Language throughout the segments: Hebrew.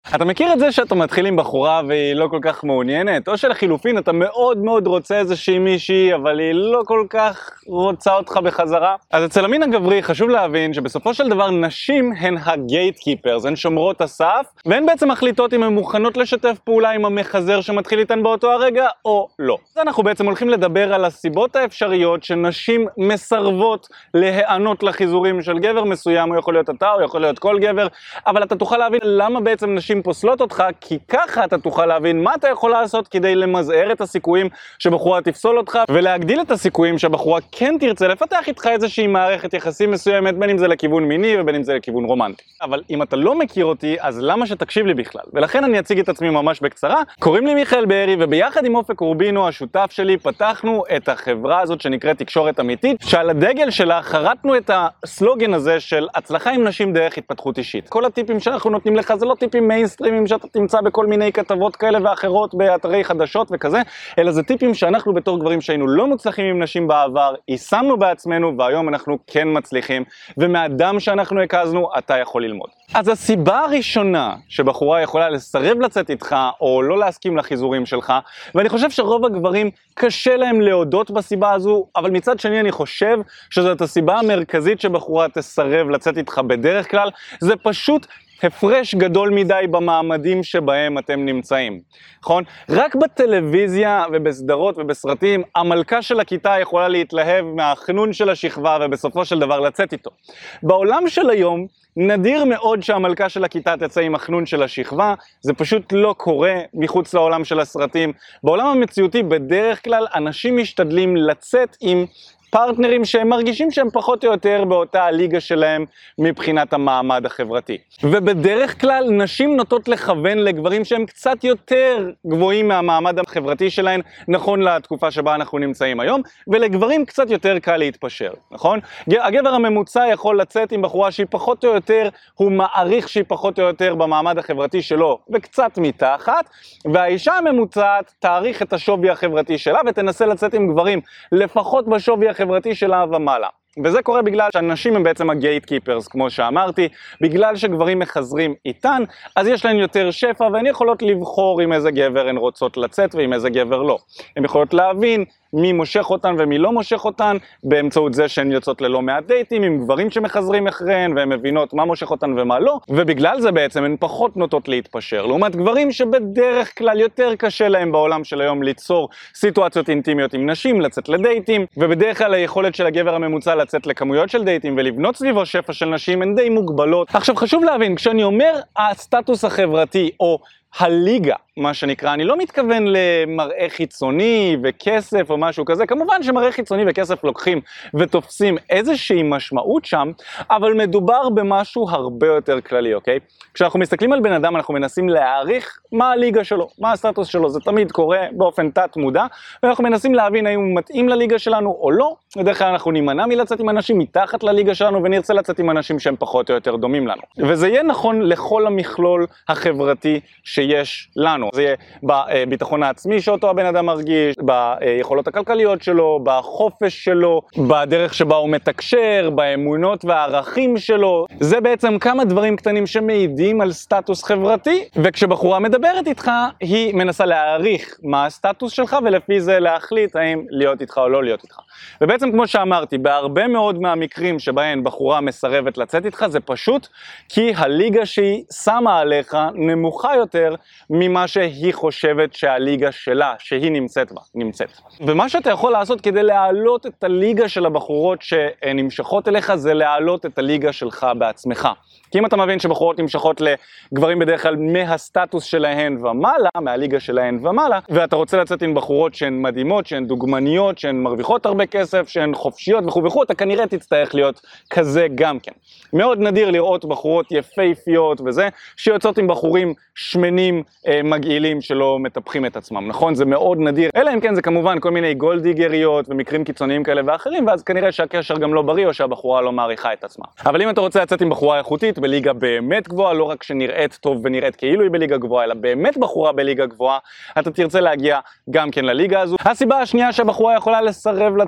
אתה מכיר את זה שאתה מתחיל עם בחורה והיא לא כל כך מעוניינת? או שלחילופין אתה מאוד מאוד רוצה איזושהי מישהי, אבל היא לא כל כך רוצה אותך בחזרה? אז אצל המין הגברי חשוב להבין שבסופו של דבר נשים הן הגייטקיפרס, הן שומרות הסף, והן בעצם מחליטות אם הן מוכנות לשתף פעולה עם המחזר שמתחיל איתן באותו הרגע או לא. אז אנחנו בעצם הולכים לדבר על הסיבות האפשריות שנשים מסרבות להיענות לחיזורים של גבר מסוים, הוא יכול להיות אתה או יכול להיות כל גבר, אבל אתה תוכל להבין למה בעצם נשים פוסלות אותך, כי ככה אתה תוכל להבין מה אתה יכול לעשות כדי למזער את הסיכויים שבחורה תפסול אותך, ולהגדיל את הסיכויים שבחורה כן תרצה לפתח איתך איזושהי מערכת יחסים מסוימת, בין אם זה לכיוון מיני ובין אם זה לכיוון רומנטי. אבל אם אתה לא מכיר אותי, אז למה שתקשיב לי בכלל? ולכן אני אציג את עצמי ממש בקצרה. קוראים לי מיכאל בארי, וביחד עם אופק רובינו, השותף שלי, פתחנו את החברה הזאת שנקראת תקשורת אמיתית, שעל הדגל שלה חרטנו את הסלוגן הזה של הצלחה עם נשים דרך התפתחות אישית. כל הטיפים שאנחנו נותנים לך זה לא טיפים מיינסטרימים שאתה תמצא בכל מיני כתבות כאלה ואחרות באתרי חדשות וכזה, אלא זה טיפים שאנחנו בתור גברים שהיינו לא מוצלחים עם נשים בעבר, יישמנו בעצמנו והיום אנחנו כן מצליחים, ומהדם שאנחנו הקזנו אתה יכול ללמוד. אז הסיבה הראשונה שבחורה יכולה לסרב לצאת איתך או לא להסכים לחיזורים שלך, ואני חושב שרוב הגברים קשה להם להודות בסיבה הזו, אבל מצד שני אני חושב שזאת הסיבה המרכזית שבחורה תסרב לצאת איתך בדרך כלל, זה פשוט הפרש גדול מדי במעמדים שבהם אתם נמצאים. נכון? רק בטלוויזיה ובסדרות ובסרטים, המלכה של הכיתה יכולה להתלהב מהחנון של השכבה ובסופו של דבר לצאת איתו. בעולם של היום, נדיר מאוד שהמלכה של הכיתה תצא עם החנון של השכבה, זה פשוט לא קורה מחוץ לעולם של הסרטים. בעולם המציאותי בדרך כלל אנשים משתדלים לצאת עם פרטנרים שהם מרגישים שהם פחות או יותר באותה הליגה שלהם מבחינת המעמד החברתי. ובדרך כלל נשים נוטות לכוון לגברים שהם קצת יותר גבוהים מהמעמד החברתי שלהם, נכון לתקופה שבה אנחנו נמצאים היום, ולגברים קצת יותר קל להתפשר, נכון? הגבר הממוצע יכול לצאת עם בחורה שהיא פחות או יותר, הוא מעריך שהיא פחות או יותר במעמד החברתי שלו, וקצת מתחת, והאישה הממוצעת תעריך את השווי החברתי שלה, ותנסה לצאת עם גברים לפחות בשווי החברתי שלה ומעלה. וזה קורה בגלל שהנשים הם בעצם הגייטקיפרס, כמו שאמרתי, בגלל שגברים מחזרים איתן, אז יש להן יותר שפע, והן יכולות לבחור עם איזה גבר הן רוצות לצאת ועם איזה גבר לא. הן יכולות להבין מי מושך אותן ומי לא מושך אותן, באמצעות זה שהן יוצאות ללא מעט דייטים עם גברים שמחזרים אחריהן, והן מבינות מה מושך אותן ומה לא, ובגלל זה בעצם הן פחות נוטות להתפשר, לעומת גברים שבדרך כלל יותר קשה להם בעולם של היום ליצור סיטואציות אינטימיות עם נשים, לצאת לדייטים, ובדרך כלל היכולת של הגבר הממוצע לצאת לכמויות של דייטים ולבנות סביבו שפע של נשים הן די מוגבלות. עכשיו חשוב להבין, כשאני אומר הסטטוס החברתי או הליגה, מה שנקרא, אני לא מתכוון למראה חיצוני וכסף או משהו כזה, כמובן שמראה חיצוני וכסף לוקחים ותופסים איזושהי משמעות שם, אבל מדובר במשהו הרבה יותר כללי, אוקיי? כשאנחנו מסתכלים על בן אדם אנחנו מנסים להעריך מה הליגה שלו, מה הסטטוס שלו, זה תמיד קורה באופן תת מודע, ואנחנו מנסים להבין האם הוא מתאים לליגה שלנו או לא, בדרך כלל אנחנו נימנע מלצאת עם אנשים מתחת לליגה שלנו ונרצה לצאת עם אנשים שהם פחות או יותר דומים לנו. וזה יהיה נכון לכל המכלול החברתי שיש לנו. זה יהיה בביטחון העצמי שאותו הבן אדם מרגיש, ביכולות הכלכליות שלו, בחופש שלו, בדרך שבה הוא מתקשר, באמונות והערכים שלו. זה בעצם כמה דברים קטנים שמעידים על סטטוס חברתי, וכשבחורה מדברת איתך, היא מנסה להעריך מה הסטטוס שלך, ולפי זה להחליט האם להיות איתך או לא להיות איתך. ובעצם כמו שאמרתי, בהרבה מאוד מהמקרים שבהן בחורה מסרבת לצאת איתך, זה פשוט כי הליגה שהיא שמה עליך נמוכה יותר ממה שהיא חושבת שהליגה שלה, שהיא נמצאת בה, נמצאת. ומה שאתה יכול לעשות כדי להעלות את הליגה של הבחורות שנמשכות אליך, זה להעלות את הליגה שלך בעצמך. כי אם אתה מבין שבחורות נמשכות לגברים בדרך כלל מהסטטוס שלהן ומעלה, מהליגה שלהן ומעלה, ואתה רוצה לצאת עם בחורות שהן מדהימות, שהן דוגמניות, שהן מרוויחות הרבה כסף, שהן חופשיות וכו', אתה כנראה תצטרך להיות כזה גם כן. מאוד נדיר לראות בחורות יפהפיות וזה, שיוצאות עם בחורים שמנים מגעילים שלא מטפחים את עצמם, נכון? זה מאוד נדיר. אלא אם כן זה כמובן כל מיני גולדיגריות ומקרים קיצוניים כאלה ואחרים, ואז כנראה שהקשר גם לא בריא או שהבחורה לא מעריכה את עצמה. אבל אם אתה רוצה לצאת עם בחורה איכותית בליגה באמת גבוהה, לא רק שנראית טוב ונראית כאילו היא בליגה גבוהה, אלא באמת בחורה בליגה גבוהה, אתה תרצה להגיע גם כן לליגה הזו. הסיבה השנייה שהבחורה יכולה לסרב לצאת איתך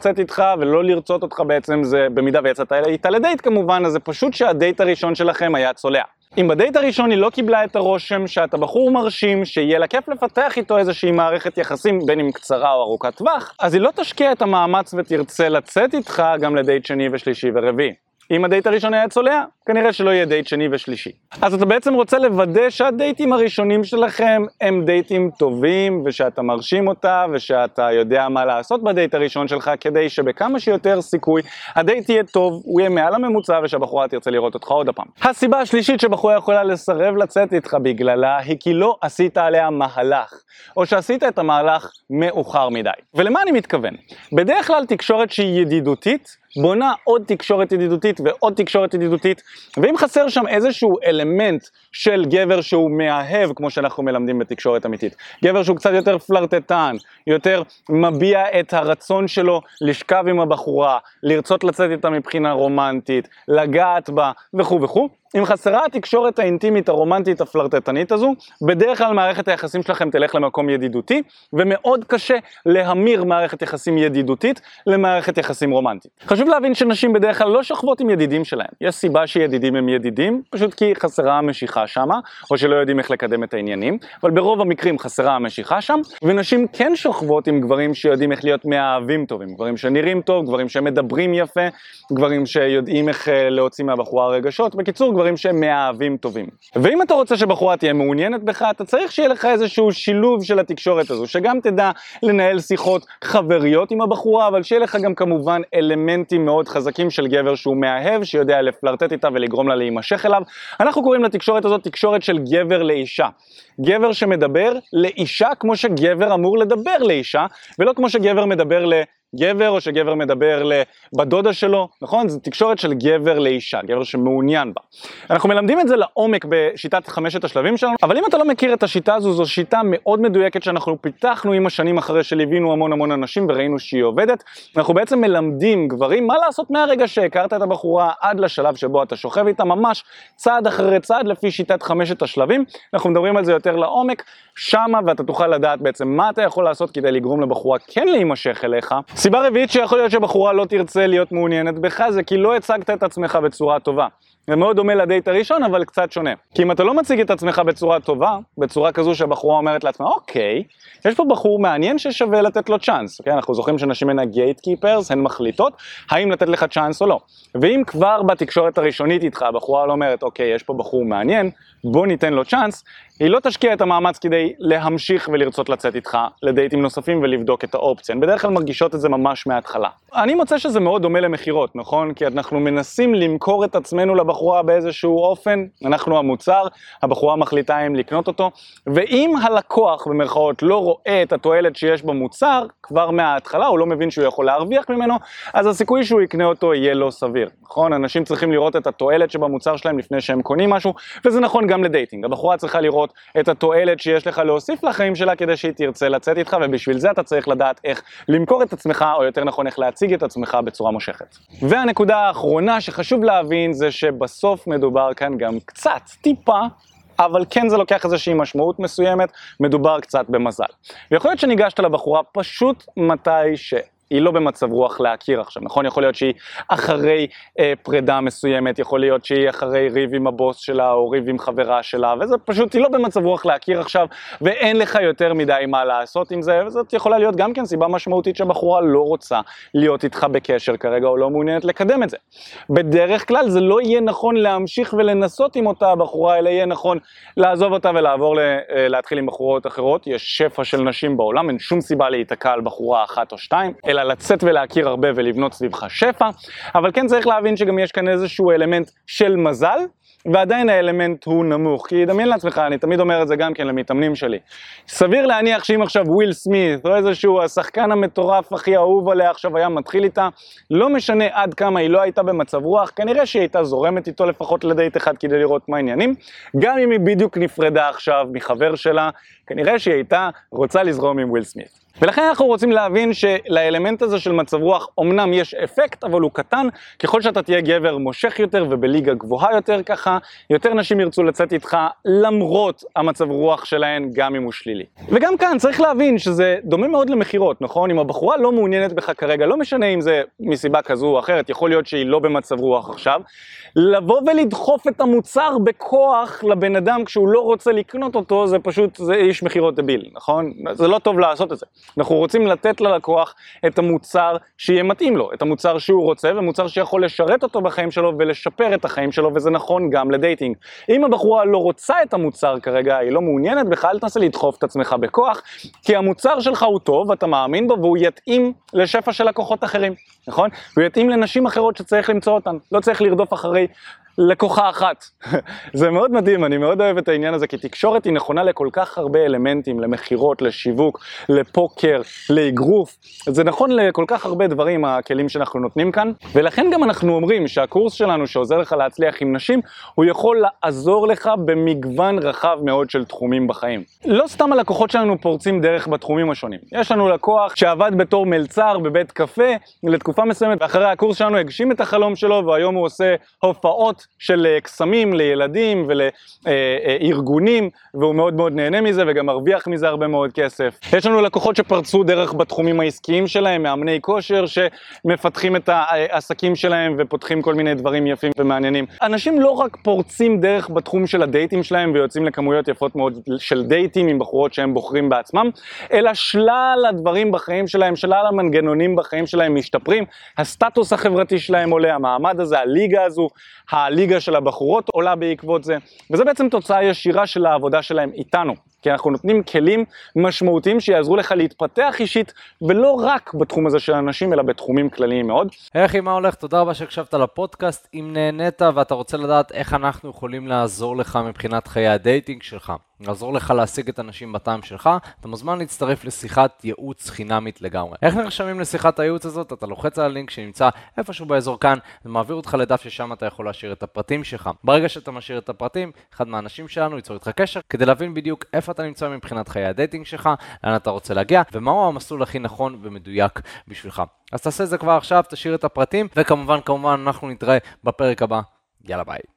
ולא לרצות אותך בעצם, זה במידה ויצאת איתה לדייט כמובן, אז זה פשוט שהדייט הראשון שלכם היה צולע. אם בדייט הראשון היא לא קיבלה את הרושם שאתה בחור מרשים, שיהיה לה כיף לפתח איתו איזושהי מערכת יחסים, בין אם קצרה או ארוכת טווח, אז היא לא תשקיע את המאמץ ותרצה לצאת איתך גם לדייט שני ושלישי ורביעי. אם הדייט הראשון היה צולע, כנראה שלא יהיה דייט שני ושלישי. אז אתה בעצם רוצה לוודא שהדייטים הראשונים שלכם הם דייטים טובים, ושאתה מרשים אותה, ושאתה יודע מה לעשות בדייט הראשון שלך, כדי שבכמה שיותר סיכוי הדייט יהיה טוב, הוא יהיה מעל הממוצע, ושהבחורה תרצה לראות אותך עוד הפעם. הסיבה השלישית שבחורה יכולה לסרב לצאת איתך בגללה, היא כי לא עשית עליה מהלך, או שעשית את המהלך מאוחר מדי. ולמה אני מתכוון? בדרך כלל תקשורת שהיא ידידותית, בונה עוד תקשורת ידידותית ועוד תקשורת ידידותית, ואם חסר שם איזשהו אלמנט של גבר שהוא מאהב, כמו שאנחנו מלמדים בתקשורת אמיתית, גבר שהוא קצת יותר פלרטטן, יותר מביע את הרצון שלו לשכב עם הבחורה, לרצות לצאת איתה מבחינה רומנטית, לגעת בה וכו' וכו', אם חסרה התקשורת האינטימית הרומנטית הפלרטטנית הזו, בדרך כלל מערכת היחסים שלכם תלך למקום ידידותי, ומאוד קשה להמיר מערכת יחסים ידידותית למערכת יחסים רומנטית. חשוב להבין שנשים בדרך כלל לא שוכבות עם ידידים שלהם. יש סיבה שידידים הם ידידים, פשוט כי חסרה המשיכה שמה, או שלא יודעים איך לקדם את העניינים, אבל ברוב המקרים חסרה המשיכה שם, ונשים כן שוכבות עם גברים שיודעים איך להיות מאהבים טובים, גברים שנראים טוב, גברים שמדברים יפה, גברים שיודעים איך להוציא מהבחורה רגשות, בקיצור, גברים שהם מאהבים טובים. ואם אתה רוצה שבחורה תהיה מעוניינת בך, אתה צריך שיהיה לך איזשהו שילוב של התקשורת הזו, שגם תדע לנהל שיחות חבריות עם הבחורה, אבל שיהיה לך גם כמובן אלמנטים מאוד חזקים של גבר שהוא מאהב, שיודע לפלרטט איתה ולגרום לה להימשך אליו. אנחנו קוראים לתקשורת הזאת תקשורת של גבר לאישה. גבר שמדבר לאישה כמו שגבר אמור לדבר לאישה, ולא כמו שגבר מדבר גבר או שגבר מדבר לבדודה שלו, נכון? זו תקשורת של גבר לאישה, גבר שמעוניין בה. אנחנו מלמדים את זה לעומק בשיטת 5 השלבים שלנו, אבל אם אתה לא מכיר את השיטה הזו, זו שיטה מאוד מדויקת שאנחנו פיתחנו עם השנים אחרי שליווינו המון אנשים וראינו שהיא עובדת. אנחנו בעצם מלמדים גברים מה לעשות מהרגע שהכרת את הבחורה עד לשלב שבו אתה שוכב איתה, ממש צעד אחרי צעד לפי שיטת 5 השלבים. אנחנו מדברים על זה יותר לעומק שמה, ואתה תוכל לדעת בעצם מה אתה יכול לעשות כדי לגרום לבחורה כן להימשך אליך. סיבה רביעית שיכול להיות שבחורה לא תרצה להיות מעוניינת בך, זה כי לא הצגת את עצמך בצורה טובה. זה מאוד דומה לדייט הראשון, אבל קצת שונה. כי אם אתה לא מציג את עצמך בצורה טובה, בצורה כזו שהבחורה אומרת לעצמה, אוקיי, יש פה בחור מעניין ששווה לתת לו צ'אנס. אוקיי? אנחנו זוכרים שנשים הן הגייטקיפרס, הן מחליטות האם לתת לך צ'אנס או לא. ואם כבר בתקשורת הראשונית איתך, הבחורה לא אומרת, אוקיי, יש פה בחור מעניין, בוא ניתן לו צ'אנס, היא לא תשקיע את המאמץ כדי להמשיך ולרצות לצאת איתך לדייטים נוספים ולבדוק את האופציה. בדרך כלל מרגישות את זה ממש מההתחלה. אני מוצא שזה מאוד דומה למחירות, נכון? כי אנחנו מנסים למכור את עצמנו לבחורה באיזשהו אופן, אנחנו המוצר, הבחורה מחליטה אם לקנות אותו, ואם הלקוח במרכאות לא רואה את התועלת שיש במוצר, כבר מההתחלה הוא לא מבין שהוא יכול להרוויח ממנו, אז הסיכוי שהוא יקנה אותו יהיה לא סביר, נכון? אנשים צריכים לראות את התועלת שבמוצר שלהם לפני שהם קונים משהו, וזה נכון גם לדייטינג. הבחורה צריכה לראות את התועלת שיש לך להוסיף לחיים שלה כדי שהיא תרצה לצאת איתך, ובשביל זה אתה צריך לדעת איך למכור את עצמך, או יותר נכון איך להציג את עצמך בצורה מושכת. והנקודה האחרונה שחשוב להבין זה שבסוף מדובר כאן גם קצת, טיפה, אבל כן זה לוקח איזושהי משמעות מסוימת, מדובר קצת במזל. ויכול להיות שניגשת לבחורה פשוט מתי היא לא במצב רוח להכיר עכשיו, נכון? יכול להיות שהיא אחרי פרידה מסוימת, יכול להיות שהיא אחרי ריב עם הבוס שלה או ריב עם חברה שלה, וזה פשוט, היא לא במצב רוח להכיר עכשיו, ואין לך יותר מדי מה לעשות עם זה, וזאת יכולה להיות גם כן סיבה משמעותית שהבחורה לא רוצה להיות איתך בקשר כרגע, או לא מעוניינת לקדם את זה. בדרך כלל זה לא יהיה נכון להמשיך ולנסות עם אותה הבחורה, אלא יהיה נכון לעזוב אותה ולעבור להתחיל עם בחורות אחרות. יש שפע של נשים בעולם, אין שום סיבה להיתקע על בחורה אחת או שתיים, אלא לצאת ולהכיר הרבה ולבנות סביבך שפע, אבל כן צריך להבין שגם יש כאן איזשהו אלמנט של מזל, ועדיין האלמנט הוא נמוך, כי דמיין לעצמך, אני תמיד אומר את זה גם כן למתאמנים שלי. סביר להניח שאם עכשיו וויל סמית, או איזשהו השחקן המטורף הכי אהוב עליה עכשיו היה מתחיל איתה, לא משנה עד כמה היא לא הייתה במצב רוח, כנראה שהיא הייתה זורמת איתו לפחות לדייט אחד כדי לראות מה העניינים, גם אם היא בדיוק נפרדה עכשיו מחבר שלה, כנראה שהיא הייתה רוצה לזרום עם וויל סמית. ולכן אנחנו רוצים להבין שלאלמנט הזה של מצב רוח אמנם יש אפקט, אבל הוא קטן. ככל שאתה תהיה גבר מושך יותר ובליגה גבוהה יותר ככה, יותר נשים ירצו לצאת איתך למרות המצב רוח שלהן, גם אם הוא שלילי. וגם כאן צריך להבין שזה דומה מאוד למחירות, נכון? אם הבחורה לא מעוניינת בך כרגע, לא משנה אם זה מסיבה כזו או אחרת, יכול להיות שהיא לא במצב רוח עכשיו, לבוא ולדחוף את המוצר בכוח לבן אדם כשהוא לא רוצה לקנות אותו, זה פשוט, זה איש מחירות דביל, נכון? זה לא טוב לעשות את זה. אנחנו רוצים לתת ללקוח את המוצר שיהיה מתאים לו, את המוצר שהוא רוצה, ומוצר שיכול לשרת אותו בחיים שלו ולשפר את החיים שלו, וזה נכון גם לדייטינג. אם הבחורה לא רוצה את המוצר כרגע, היא לא מעוניינת בכלל, אל תנסה לדחוף את עצמך בכוח, כי המוצר שלך הוא טוב, ואתה מאמין בו, והוא יתאים לשפע של לקוחות אחרים, נכון? הוא יתאים לנשים אחרות שצריך למצוא אותן, לא צריך לרדוף אחרי לקוחה אחת. זה מאוד מדהים, אני מאוד אוהב את העניין הזה, כי תקשורת היא נכונה לכל כך הרבה אלמנטים, למחירות, לשיווק, לפוקר, לאגרוף. זה נכון לכל כך הרבה דברים, הכלים שאנחנו נותנים כאן, ולכן גם אנחנו אומרים שהקורס שלנו שעוזר לך להצליח עם נשים, הוא יכול לעזור לך במגוון רחב מאוד של תחומים בחיים. לא סתם הלקוחות שלנו פורצים דרך בתחומים השונים. יש לנו לקוח שעבד בתור מלצר בבית קפה לתקופה מסוימת, ואחרי הקורס שלנו הגשים את החלום שלו, והיום הוא עושה הופעות של קסמים לילדים ולארגונים, והוא מאוד מאוד נהנה מזה וגם מרוויח מזה הרבה מאוד כסף. יש לנו לקוחות שפרצו דרך בתחומים העסקיים שלהם, מאמני כושר שמפתחים את העסקים שלהם ופותחים כל מיני דברים יפים ומעניינים. אנשים לא רק פורצים דרך בתחום של הדייטים שלהם ויוצאים לכמויות יפות מאוד של דייטים עם בחורות שהם בוחרים בעצמם, אלא שלל הדברים בחיים שלהם, שלל המנגנונים בחיים שלהם משתפרים, הסטטוס החברתי שלהם עולה, המעמד הזה, הליגה הזו, הליגה של הבחורות עולה בעקבות זה, וזה בעצם תוצאה ישירה של העבודה שלהם איתנו, כי אנחנו נותנים כלים משמעותיים שיעזרו לך להתפתח אישית, ולא רק בתחום הזה של אנשים, אלא בתחומים כלליים מאוד. אחי, מה הולך? תודה רבה שהקשבת לפודקאסט. אם נהנית ואתה רוצה לדעת איך אנחנו יכולים לעזור לך מבחינת חיי הדייטינג שלך, לעזור לך להשיג את אנשים בטעם שלך, אתה מוזמן להצטרף לשיחת ייעוץ חינמית לגמרי. איך נרשמים לשיחת הייעוץ הזאת? אתה לוחץ על הלינק שנמצא איפשהו באזור כאן, ומעביר אותך לדף ששם אתה יכול להשאיר את הפרטים שלך. ברגע שאתה משאיר את הפרטים, אחד מהאנשים שלנו ייצור איתך קשר, כדי להבין בדיוק איפה אתה נמצא מבחינת חיי הדייטינג שלך, לאן אתה רוצה להגיע, ומהו המסלול הכי נכון ומדויק בשבילך. אז תעשה את זה כבר עכשיו, תשאיר את הפרטים, וכמובן אנחנו נתראה בפרק הבא. יאללה ביי.